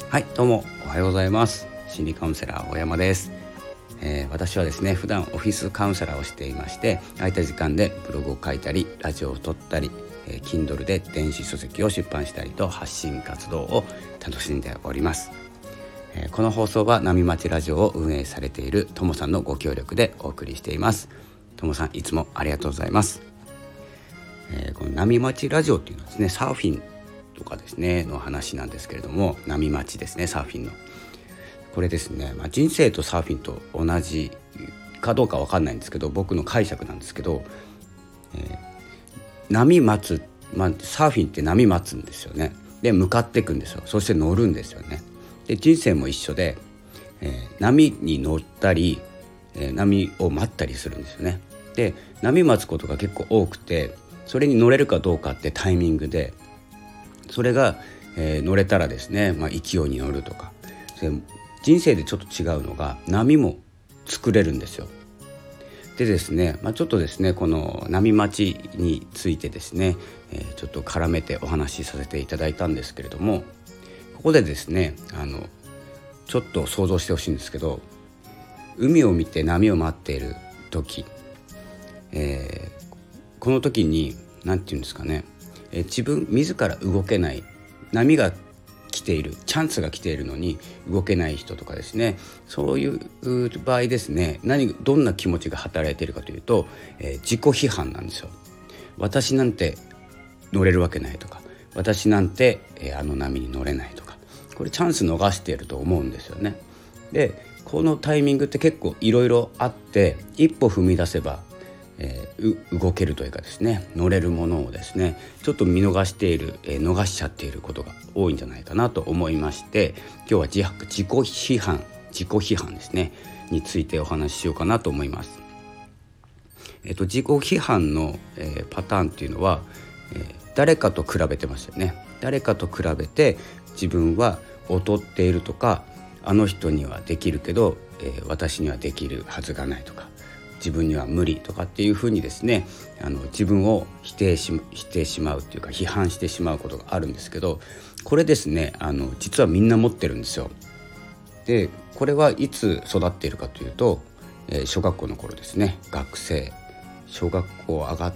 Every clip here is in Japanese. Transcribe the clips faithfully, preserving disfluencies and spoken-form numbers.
はい、どうもおはようございます。心理カウンセラー大山です。えー、私はですね普段オフィスカウンセラーをしていまして、空いた時間でブログを書いたりラジオを撮ったり、えー、Kindle で電子書籍を出版したりと発信活動を楽しんでおります。えー、この放送は波町ラジオを運営されているともさんのご協力でお送りしています。ともさんいつもありがとうございます。えー、この波町ラジオっていうのはですねサーフィンとかですねの話なんですけれども、波町ですね、サーフィンのこれですね、まあ、人生とサーフィンと同じかどうか分かんないんですけど、僕の解釈なんですけど、えー、波待つ、まあ、サーフィンって波待つんですよね。で向かっていくんですよ。そして乗るんですよね。で人生も一緒で、えー、波に乗ったり、えー、波を待ったりするんですよね。で波待つことが結構多くて、それに乗れるかどうかってタイミングで、それが、えー、乗れたらですね、まあ、勢いに乗るとか。で人生でちょっと違うのが、波も作れるんですよ。でですね、まあ、ちょっとですねこの波待ちについてですね、えー、ちょっと絡めてお話しさせていただいたんですけれども、ここでですねあのちょっと想像してほしいんですけど、海を見て波を待っている時、えー、この時に何て言うんですかね、えー、自分自ら動けない、波が来ている、チャンスが来ているのに動けない人とかですね、そういう場合ですね、何どんな気持ちが働いているかというと、えー、自己批判なんですよ。私なんて乗れるわけないとか、私なんて、えー、あの波に乗れないとか、これチャンス逃していると思うんですよね。でこのタイミングって結構いろいろあって、一歩踏み出せばえー、動けるというかですね、乗れるものをですねちょっと見逃している、えー、逃しちゃっていることが多いんじゃないかなと思いまして、今日は自白自己批判自己批判ですねについてお話ししようかなと思います。えっと、自己批判の、えー、パターンっていうのは、えー、誰かと比べてますよね。誰かと比べて自分は劣っているとか、あの人にはできるけど、えー、私にはできるはずがないとか、自分には無理とかっていうふうにですね、あの自分を否定し、してしまうっていうか批判してしまうことがあるんですけど、これですねあの実はみんな持ってるんですよ。でこれはいつ育っているかというと、えー、小学校の頃ですね。学生小学校上がって、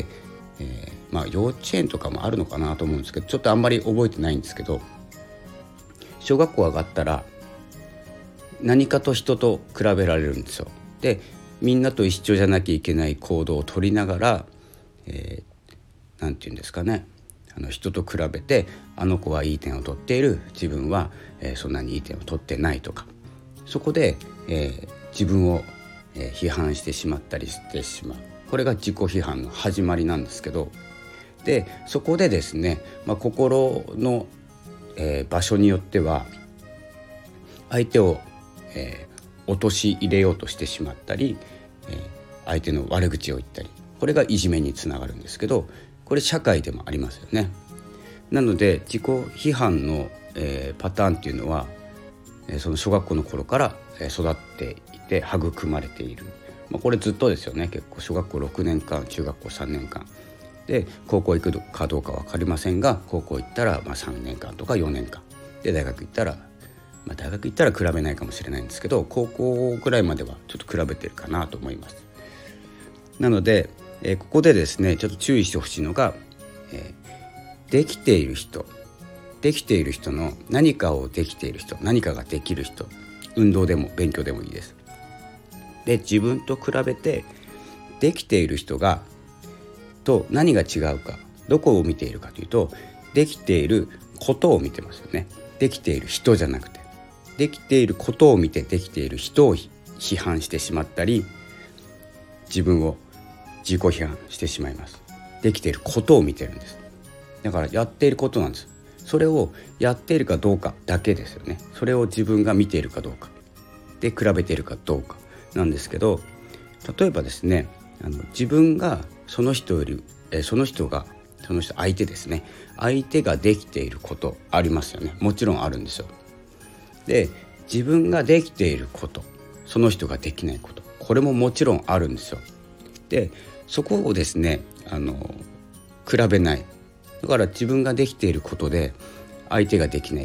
えーまあ、幼稚園とかもあるのかなと思うんですけど、ちょっとあんまり覚えてないんですけど、小学校上がったら何かと人と比べられるんですよ。でみんなと一緒じゃなきゃいけない行動を取りながら、えー、なんていうんですかね、あの人と比べて、あの子はいい点を取っている、自分は、えー、そんなにいい点を取ってないとか、そこで、えー、自分を、えー、批判してしまったりしてしまう。これが自己批判の始まりなんですけど、でそこでですね、まあ、心の、えー、場所によっては相手を、えー陥れようとしてしまったり、えー、相手の悪口を言ったり、これがいじめにつながるんですけど、これ社会でもありますよね。なので自己批判の、えー、パターンっていうのは、えー、その小学校の頃から育っていて育まれている、まあ、これずっとですよね。結構小学校ろくねんかん、中学校さんねんかんで、高校行くかどうか分かりませんが、高校行ったらまあさんねんかんとかよねんかんで、大学行ったらまあ、大学行ったら比べないかもしれないんですけど、高校ぐらいまではちょっと比べてるかなと思います。なので、えー、ここでですねちょっと注意してほしいのが、えー、できている人できている人の何かをできている人、何かができる人、運動でも勉強でもいいです。で自分と比べてできている人がと何が違うか、どこを見ているかというと、できていることを見てますよね。できている人じゃなくて、できていることを見てできている人を批判してしまったり、自分を自己批判してしまいます。できていることを見てるんです。だからやっていることなんです。それをやっているかどうかだけですよね。それを自分が見ているかどうかで比べているかどうかなんですけど、例えばですね、あの自分がその人よりえその人がその人相手ですね相手ができていることありますよね。もちろんあるんですよ。で自分ができていること、その人ができないこと、これももちろんあるんですよ。でそこをですねあの比べない。だから自分ができていることで相手ができないこと、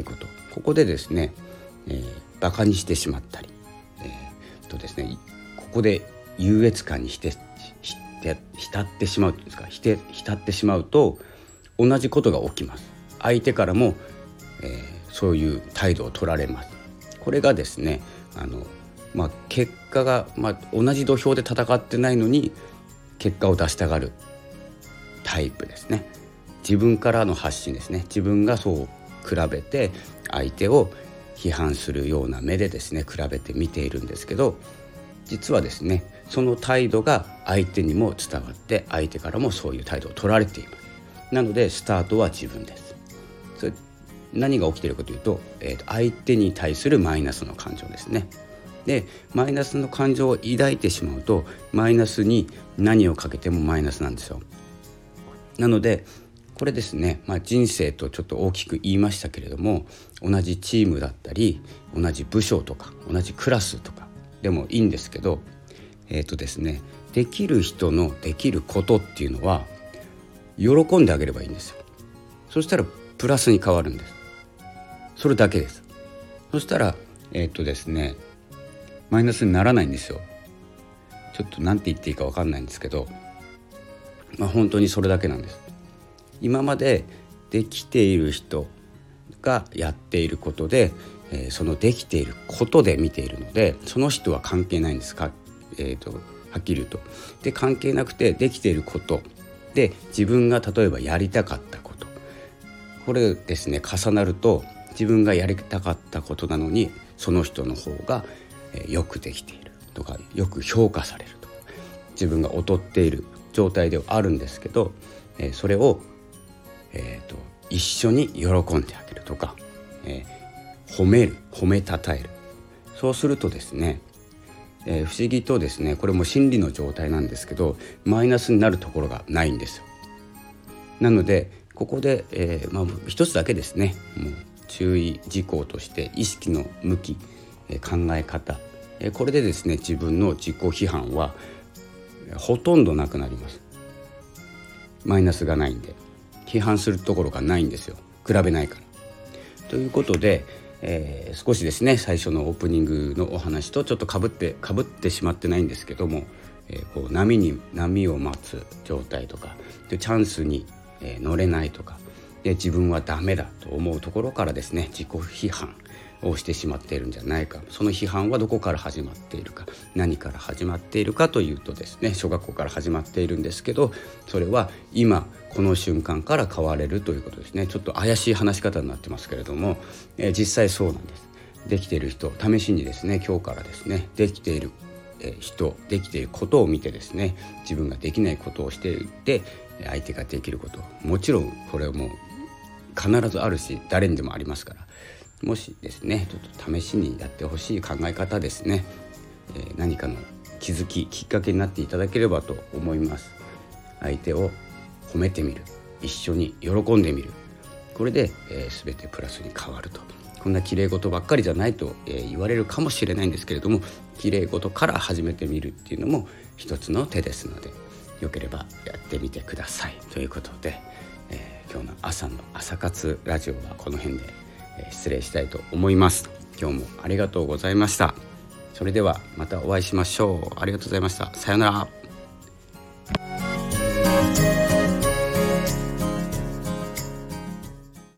ここでですね、えー、バカにしてしまったり、えー、とですねここで優越感にして浸ってしまうというんですか、浸ってしまうと同じことが起きます。相手からも、えー、そういう態度を取られます。これがですねあの、まあ、結果が、まあ、同じ土俵で戦ってないのに結果を出したがるタイプですね。自分からの発信ですね。自分がそう比べて相手を批判するような目でですね比べて見ているんですけど、実はですねその態度が相手にも伝わって相手からもそういう態度を取られています。なのでスタートは自分です。それ何が起きているかというと、えーと、相手に対するマイナスの感情ですね。でマイナスの感情を抱いてしまうとマイナスに何をかけてもマイナスなんですよ。なのでこれですね、まあ、人生とちょっと大きく言いましたけれども、同じチームだったり同じ部署とか同じクラスとかでもいいんですけど、えーとですね、できる人のできることっていうのは喜んであげればいいんですよ。そしたらプラスに変わるんです。それだけです。そしたらえーとですねマイナスにならないんですよ。ちょっと何て言っていいか分かんないんですけど、まあ、本当にそれだけなんです。今までできている人がやっていることで、えー、そのできていることで見ているので、その人は関係ないんですか、えーと、はっきり言うと。で関係なくてできていることで自分が例えばやりたかったこと、これですね重なると自分がやりたかったことなのにその人の方が、えー、よくできているとかよく評価されるとか自分が劣っている状態ではあるんですけど、えー、それをえー、と一緒に喜んであげるとか、えー、褒める褒めたたえる。そうするとですね、えー、不思議とですねこれも心理の状態なんですけどマイナスになるところがないんですよ。なのでここで、えーまあ、一つだけですねもう注意事項として意識の向き、えー、考え方、えー、これでですね自分の自己批判はほとんどなくなります。マイナスがないんで批判するところがないんですよ。比べないから。ということで、えー、少しですね最初のオープニングのお話とちょっとかぶってかぶってしまってないんですけども、えー、こう波に波を待つ状態とかでチャンスに、えー、乗れないとかで自分はダメだと思うところからですね自己批判をしてしまっているんじゃないか。その批判はどこから始まっているか、何から始まっているかというとですね小学校から始まっているんですけど、それは今この瞬間から変われるということですね。ちょっと怪しい話し方になってますけれども、えー、実際そうなんです。できている人試しにですね今日からですねできている人できていることを見てですね自分ができないことをしていて相手ができること、もちろんこれはもう必ずあるし誰にでもありますから、もしですねちょっと試しにやってほしい考え方ですね、えー、何かの気づききっかけになっていただければと思います。相手を褒めてみる、一緒に喜んでみる、これで、えー、全てプラスに変わると。こんな綺麗事ばっかりじゃないと、えー、言われるかもしれないんですけれども、綺麗事から始めてみるっていうのも一つの手ですので、よければやってみてくださいということで、えー、今日の朝の朝活ラジオはこの辺で、えー、失礼したいと思います。今日もありがとうございました。それではまたお会いしましょう。ありがとうございました。さようなら。